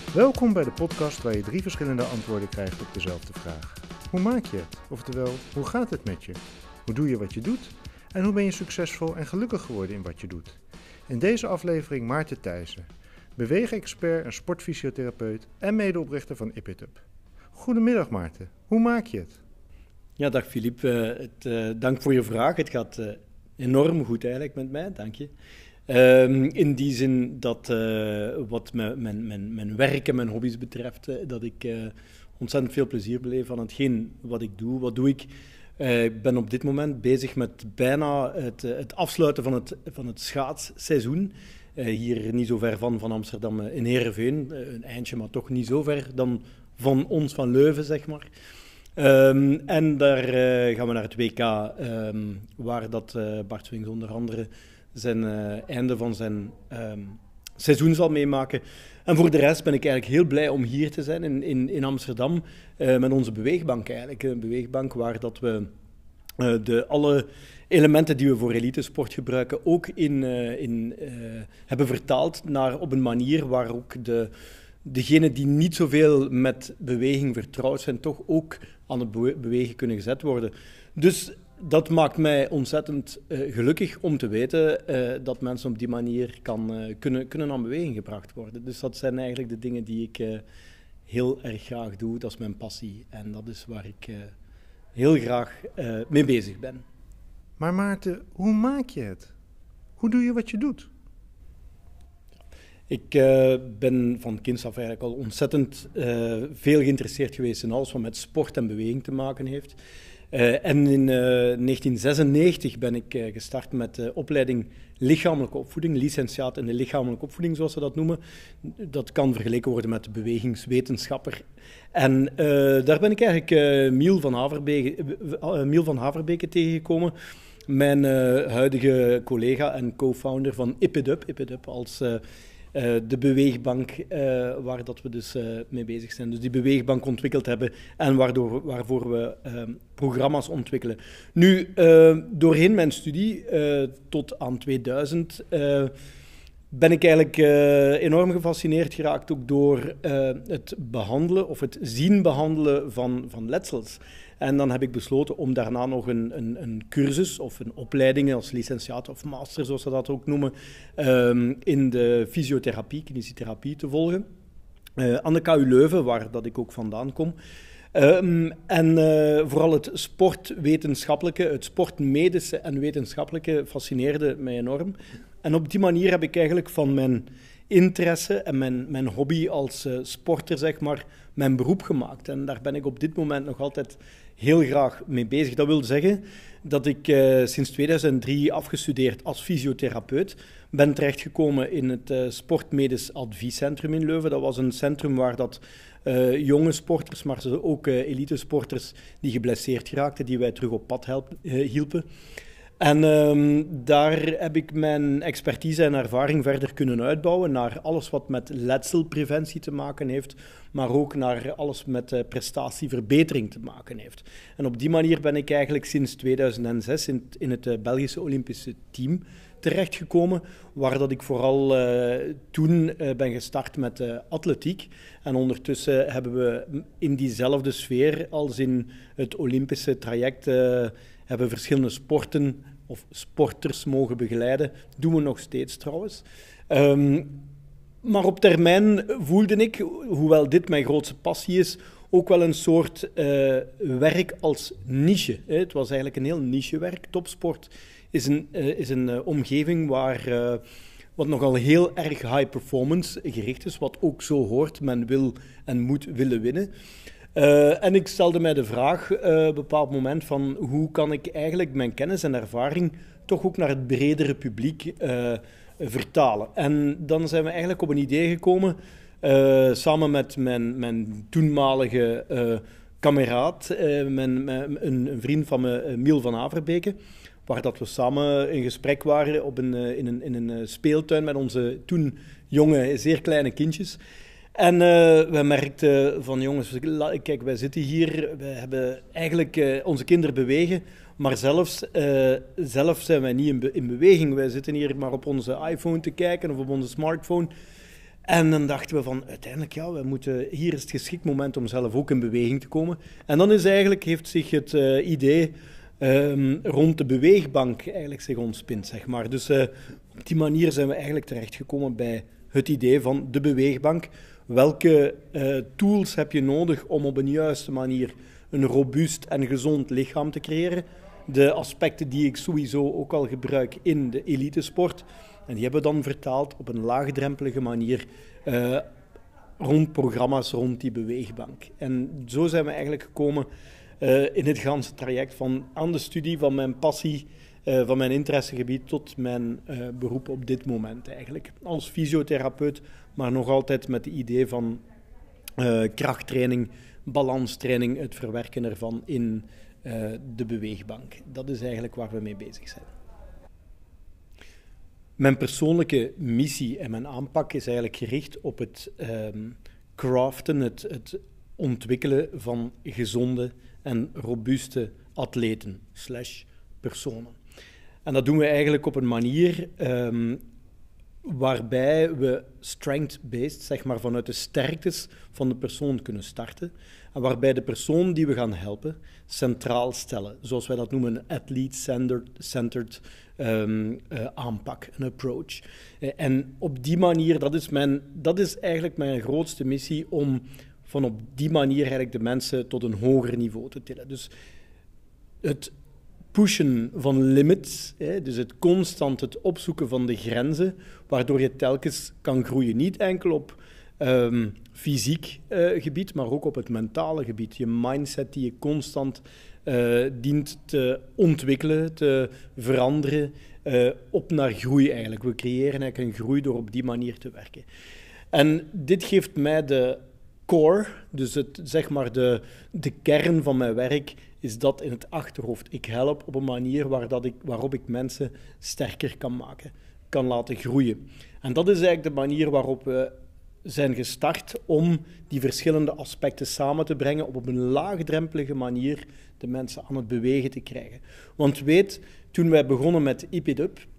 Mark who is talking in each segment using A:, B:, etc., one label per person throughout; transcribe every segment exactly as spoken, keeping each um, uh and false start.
A: Welkom bij de podcast waar je drie verschillende antwoorden krijgt op dezelfde vraag. Hoe maak je het? Oftewel, hoe gaat het met je? Hoe doe je wat je doet? En hoe ben je succesvol en gelukkig geworden in wat je doet? In deze aflevering Maarten Thijssen, beweegexpert en sportfysiotherapeut en medeoprichter van Ipitup. Goedemiddag Maarten, hoe maak je het?
B: Ja, dag Filip. Uh, het, uh, dank voor je vraag. Het gaat uh, enorm goed eigenlijk met mij, dank je. Uh, in die zin dat uh, wat mijn, mijn, mijn, mijn werk en mijn hobby's betreft, uh, dat ik uh, ontzettend veel plezier beleef aan hetgeen wat ik doe. Wat doe ik? Uh, ik ben op dit moment bezig met bijna het, uh, het afsluiten van het, van het schaatsseizoen. Uh, hier niet zo ver van, van Amsterdam uh, in Heerenveen. Uh, een eindje, maar toch niet zo ver dan van ons, van Leuven, zeg maar. Um, en daar uh, gaan we naar het W K, um, waar dat uh, Bart Swings onder andere zijn uh, einde van zijn um, seizoen zal meemaken. En voor de rest ben ik eigenlijk heel blij om hier te zijn in, in, in Amsterdam uh, met onze beweegbank eigenlijk. Een beweegbank waar dat we uh, de, alle elementen die we voor elitesport gebruiken ook in, uh, in, uh, hebben vertaald naar op een manier waar ook de degenen die niet zoveel met beweging vertrouwd zijn, toch ook aan het bewegen kunnen gezet worden. Dus dat maakt mij ontzettend uh, gelukkig om te weten uh, dat mensen op die manier kan, uh, kunnen, kunnen aan beweging gebracht worden. Dus dat zijn eigenlijk de dingen die ik uh, heel erg graag doe. Dat is mijn passie en dat is waar ik uh, heel graag uh, mee bezig ben.
A: Maar Maarten, hoe maak je het? Hoe doe je wat je doet?
B: Ik uh, ben van kinds af eigenlijk al ontzettend uh, veel geïnteresseerd geweest in alles wat met sport en beweging te maken heeft. Uh, en in uh, negentien zesennegentig ben ik uh, gestart met de opleiding lichamelijke opvoeding, licentiaat in de lichamelijke opvoeding, zoals ze dat noemen. Dat kan vergeleken worden met bewegingswetenschapper. En uh, daar ben ik eigenlijk uh, Miel van Haverbeke, uh, Miel van Haverbeke tegengekomen. Mijn uh, huidige collega en co-founder van Ipitup, Ipitup als Uh, Uh, de beweegbank uh, waar dat we dus uh, mee bezig zijn. Dus die beweegbank ontwikkeld hebben en waardoor, waarvoor we uh, programma's ontwikkelen. Nu, uh, doorheen mijn studie uh, tot aan tweeduizend uh, ben ik eigenlijk uh, enorm gefascineerd geraakt ook door uh, het behandelen of het zien behandelen van, van letsels. En dan heb ik besloten om daarna nog een, een, een cursus of een opleiding als licentiaat of master, zoals ze dat ook noemen, um, in de fysiotherapie, kinesietherapie te volgen. Uh, aan de K U Leuven, waar dat ik ook vandaan kom. Um, en uh, vooral het sportwetenschappelijke, het sportmedische en wetenschappelijke fascineerde mij enorm. En op die manier heb ik eigenlijk van mijn interesse en mijn, mijn hobby als uh, sporter, zeg maar, mijn beroep gemaakt. En daar ben ik op dit moment nog altijd heel graag mee bezig. Dat wil zeggen dat ik uh, sinds tweeduizend drie afgestudeerd als fysiotherapeut ben terechtgekomen in het uh, Sportmedisch Adviescentrum in Leuven. Dat was een centrum waar dat uh, jonge sporters, maar ook uh, elitesporters die geblesseerd geraakten, die wij terug op pad help, uh, hielpen. En um, daar heb ik mijn expertise en ervaring verder kunnen uitbouwen naar alles wat met letselpreventie te maken heeft, maar ook naar alles met uh, prestatieverbetering te maken heeft. En op die manier ben ik eigenlijk sinds tweeduizend zes in, in het uh, Belgische Olympische team terechtgekomen, waar dat ik vooral uh, toen uh, ben gestart met uh, atletiek. En ondertussen hebben we in diezelfde sfeer als in het Olympische traject uh, hebben verschillende sporten of sporters mogen begeleiden. Doen we nog steeds trouwens. Um, maar op termijn voelde ik, hoewel dit mijn grootste passie is, ook wel een soort uh, werk als niche. Hè. Het was eigenlijk een heel nichewerk. Topsport is een, uh, is een uh, omgeving waar uh, wat nogal heel erg high performance gericht is, wat ook zo hoort. Men wil en moet willen winnen. Uh, en ik stelde mij de vraag uh, op een bepaald moment van hoe kan ik eigenlijk mijn kennis en ervaring toch ook naar het bredere publiek uh, vertalen. En dan zijn we eigenlijk op een idee gekomen, uh, samen met mijn, mijn toenmalige uh, kameraad, uh, mijn, mijn, een, een vriend van me, uh, Miel van Haverbeke, waar dat we samen in gesprek waren op een, uh, in, een, in een speeltuin met onze toen jonge, zeer kleine kindjes. En uh, we merkten van jongens, kijk, wij zitten hier, we hebben eigenlijk uh, onze kinderen bewegen, maar zelfs, uh, zelf zijn wij niet in, be- in beweging. Wij zitten hier maar op onze iPhone te kijken of op onze smartphone. En dan dachten we van, uiteindelijk, ja, we moeten, hier is het geschikt moment om zelf ook in beweging te komen. En dan is eigenlijk, heeft zich het uh, idee um, rond de beweegbank eigenlijk zich ontspint, zeg maar. Dus uh, op die manier zijn we eigenlijk terechtgekomen bij het idee van de beweegbank. Welke uh, tools heb je nodig om op een juiste manier een robuust en gezond lichaam te creëren? De aspecten die ik sowieso ook al gebruik in de elitesport. En die hebben we dan vertaald op een laagdrempelige manier uh, rond programma's rond die beweegbank. En zo zijn we eigenlijk gekomen uh, in het ganse traject van aan de studie van mijn passie, uh, van mijn interessegebied tot mijn uh, beroep op dit moment eigenlijk. Als fysiotherapeut, maar nog altijd met het idee van uh, krachttraining, balanstraining, het verwerken ervan in uh, de beweegbank. Dat is eigenlijk waar we mee bezig zijn. Mijn persoonlijke missie en mijn aanpak is eigenlijk gericht op het um, craften, het, het ontwikkelen van gezonde en robuuste atleten slash personen. En dat doen we eigenlijk op een manier um, waarbij we strength-based, zeg maar vanuit de sterktes van de persoon kunnen starten. En waarbij de persoon die we gaan helpen centraal stellen. Zoals wij dat noemen, een athlete-centered um, uh, aanpak, een approach. Uh, en op die manier, dat is, mijn, dat is eigenlijk mijn grootste missie, om van op die manier eigenlijk de mensen tot een hoger niveau te tillen. Dus het pushen van limits, hè, dus het constant het opzoeken van de grenzen, waardoor je telkens kan groeien. Niet enkel op um, fysiek uh, gebied, maar ook op het mentale gebied. Je mindset die je constant uh, dient te ontwikkelen, te veranderen, uh, op naar groei eigenlijk. We creëren eigenlijk een groei door op die manier te werken. En dit geeft mij de core, dus het, zeg maar de, de kern van mijn werk, is dat in het achterhoofd. Ik help op een manier waar dat ik, waarop ik mensen sterker kan maken, kan laten groeien. En dat is eigenlijk de manier waarop we zijn gestart om die verschillende aspecten samen te brengen, op een laagdrempelige manier de mensen aan het bewegen te krijgen. Want weet, toen wij begonnen met I P I D U P,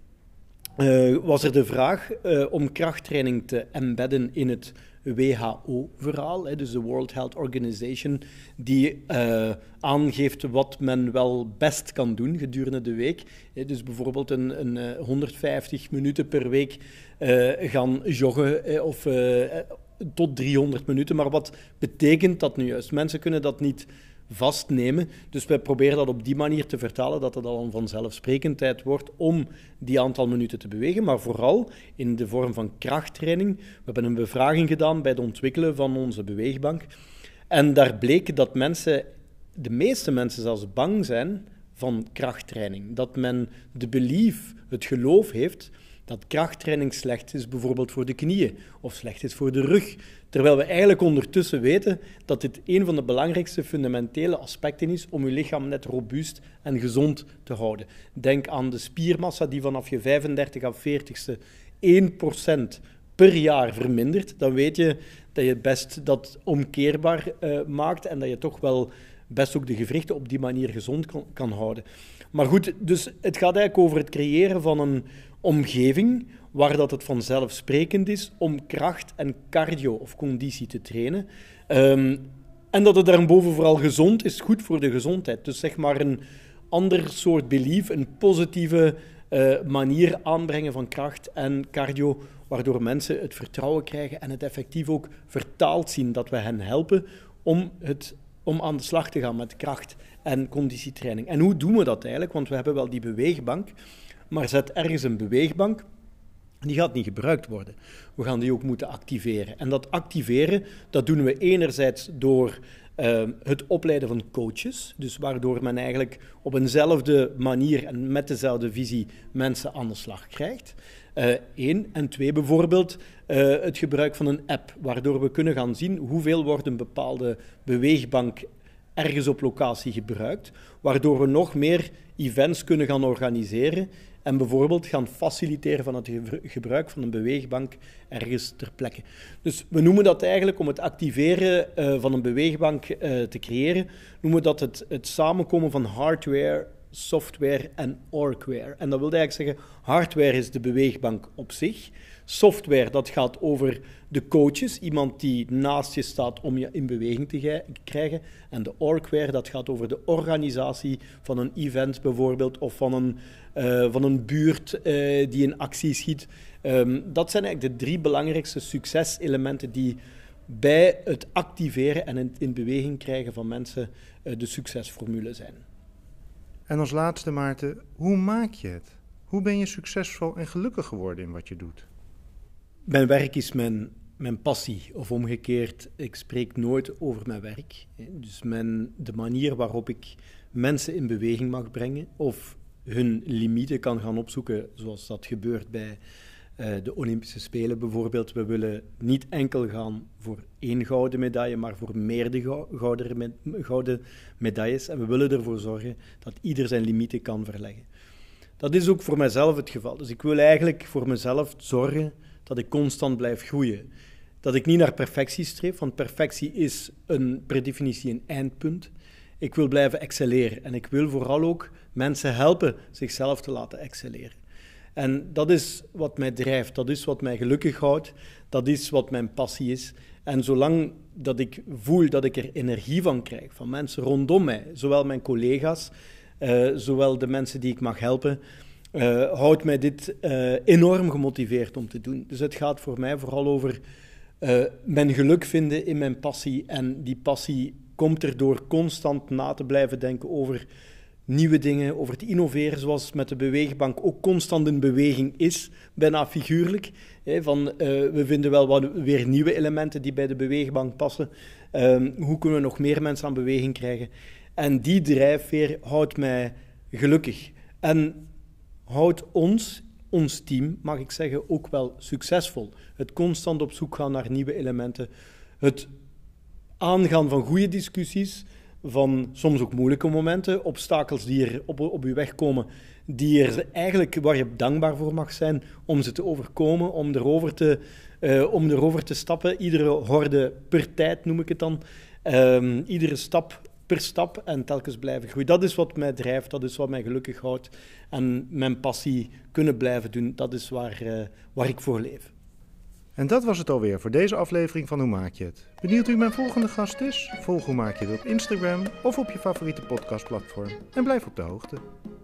B: uh, was er de vraag uh, om krachttraining te embedden in het W H O-verhaal, hè, dus de World Health Organization, die uh, aangeeft wat men wel best kan doen gedurende de week. Hè, dus bijvoorbeeld een, een uh, honderdvijftig minuten per week uh, gaan joggen hè, of uh, tot driehonderd minuten. Maar wat betekent dat nu juist? Mensen kunnen dat niet vastnemen. Dus wij proberen dat op die manier te vertalen dat het al een vanzelfsprekendheid wordt om die aantal minuten te bewegen, maar vooral in de vorm van krachttraining. We hebben een bevraging gedaan bij het ontwikkelen van onze beweegbank en daar bleek dat mensen, de meeste mensen zelfs bang zijn van krachttraining. Dat men de belief, het geloof heeft dat krachttraining slecht is, bijvoorbeeld voor de knieën of slecht is voor de rug. Terwijl we eigenlijk ondertussen weten dat dit een van de belangrijkste fundamentele aspecten is om je lichaam net robuust en gezond te houden. Denk aan de spiermassa die vanaf je vijfendertig à veertigste één procent per jaar vermindert. Dan weet je dat je best dat omkeerbaar uh, maakt en dat je toch wel best ook de gewrichten op die manier gezond kan, kan houden. Maar goed, dus het gaat eigenlijk over het creëren van een omgeving waar dat het vanzelfsprekend is om kracht en cardio of conditie te trainen. Um, en dat het daarboven vooral gezond is, goed voor de gezondheid. Dus zeg maar een ander soort belief, een positieve uh, manier aanbrengen van kracht en cardio, waardoor mensen het vertrouwen krijgen en het effectief ook vertaald zien dat we hen helpen om, het, om aan de slag te gaan met kracht en conditietraining. En hoe doen we dat eigenlijk? Want we hebben wel die beweegbank, maar zet ergens een beweegbank, die gaat niet gebruikt worden. We gaan die ook moeten activeren. En dat activeren, dat doen we enerzijds door uh, het opleiden van coaches, dus waardoor men eigenlijk op eenzelfde manier en met dezelfde visie mensen aan de slag krijgt. Eén. Uh, en twee, bijvoorbeeld uh, het gebruik van een app, waardoor we kunnen gaan zien hoeveel wordt een bepaalde beweegbank ergens op locatie gebruikt, waardoor we nog meer events kunnen gaan organiseren en bijvoorbeeld gaan faciliteren van het gebruik van een beweegbank ergens ter plekke. Dus we noemen dat eigenlijk, om het activeren uh, van een beweegbank uh, te creëren, noemen we dat het, het samenkomen van hardware, software en orgware. En dat wil eigenlijk zeggen, hardware is de beweegbank op zich. Software, dat gaat over de coaches, iemand die naast je staat om je in beweging te ge- krijgen. En de orgware, dat gaat over de organisatie van een event bijvoorbeeld, of van een, uh, van een buurt uh, die in actie schiet. Um, dat zijn eigenlijk de drie belangrijkste succeselementen die bij het activeren en in, in beweging krijgen van mensen uh, de succesformule zijn.
A: En als laatste, Maarten, hoe maak je het? Hoe ben je succesvol en gelukkig geworden in wat je doet?
B: Mijn werk is mijn, mijn passie, of omgekeerd, ik spreek nooit over mijn werk. Dus mijn, de manier waarop ik mensen in beweging mag brengen, of hun limieten kan gaan opzoeken, zoals dat gebeurt bij uh, de Olympische Spelen bijvoorbeeld. We willen niet enkel gaan voor één gouden medaille, maar voor meerdere gouden, me- gouden medailles. En we willen ervoor zorgen dat ieder zijn limieten kan verleggen. Dat is ook voor mijzelf het geval. Dus ik wil eigenlijk voor mezelf zorgen dat ik constant blijf groeien. Dat ik niet naar perfectie streef, want perfectie is een, per definitie een eindpunt. Ik wil blijven excelleren en ik wil vooral ook mensen helpen zichzelf te laten excelleren. En dat is wat mij drijft, dat is wat mij gelukkig houdt, dat is wat mijn passie is. En zolang dat ik voel dat ik er energie van krijg, van mensen rondom mij, zowel mijn collega's, uh, zowel de mensen die ik mag helpen, Uh, houdt mij dit uh, enorm gemotiveerd om te doen. Dus het gaat voor mij vooral over uh, mijn geluk vinden in mijn passie. En die passie komt er door constant na te blijven denken over nieuwe dingen, over te innoveren, zoals met de beweegbank ook constant in beweging is, bijna figuurlijk. Hè, van, uh, we vinden wel wat weer nieuwe elementen die bij de beweegbank passen. Uh, hoe kunnen we nog meer mensen aan beweging krijgen? En die drijfveer houdt mij gelukkig. En houdt ons, ons team, mag ik zeggen, ook wel succesvol. Het constant op zoek gaan naar nieuwe elementen. Het aangaan van goede discussies, van soms ook moeilijke momenten, obstakels die er op, op je weg komen, die er eigenlijk, waar je dankbaar voor mag zijn om ze te overkomen, om erover te, uh, om erover te stappen. Iedere horde per tijd, noem ik het dan. Um, iedere stap per stap en telkens blijven groeien. Dat is wat mij drijft, dat is wat mij gelukkig houdt. En mijn passie kunnen blijven doen, dat is waar, uh, waar ik voor leef.
A: En dat was het alweer voor deze aflevering van Hoe Maak Je Het? Benieuwd wie mijn volgende gast is? Volg Hoe Maak Je Het op Instagram of op je favoriete podcastplatform. En blijf op de hoogte.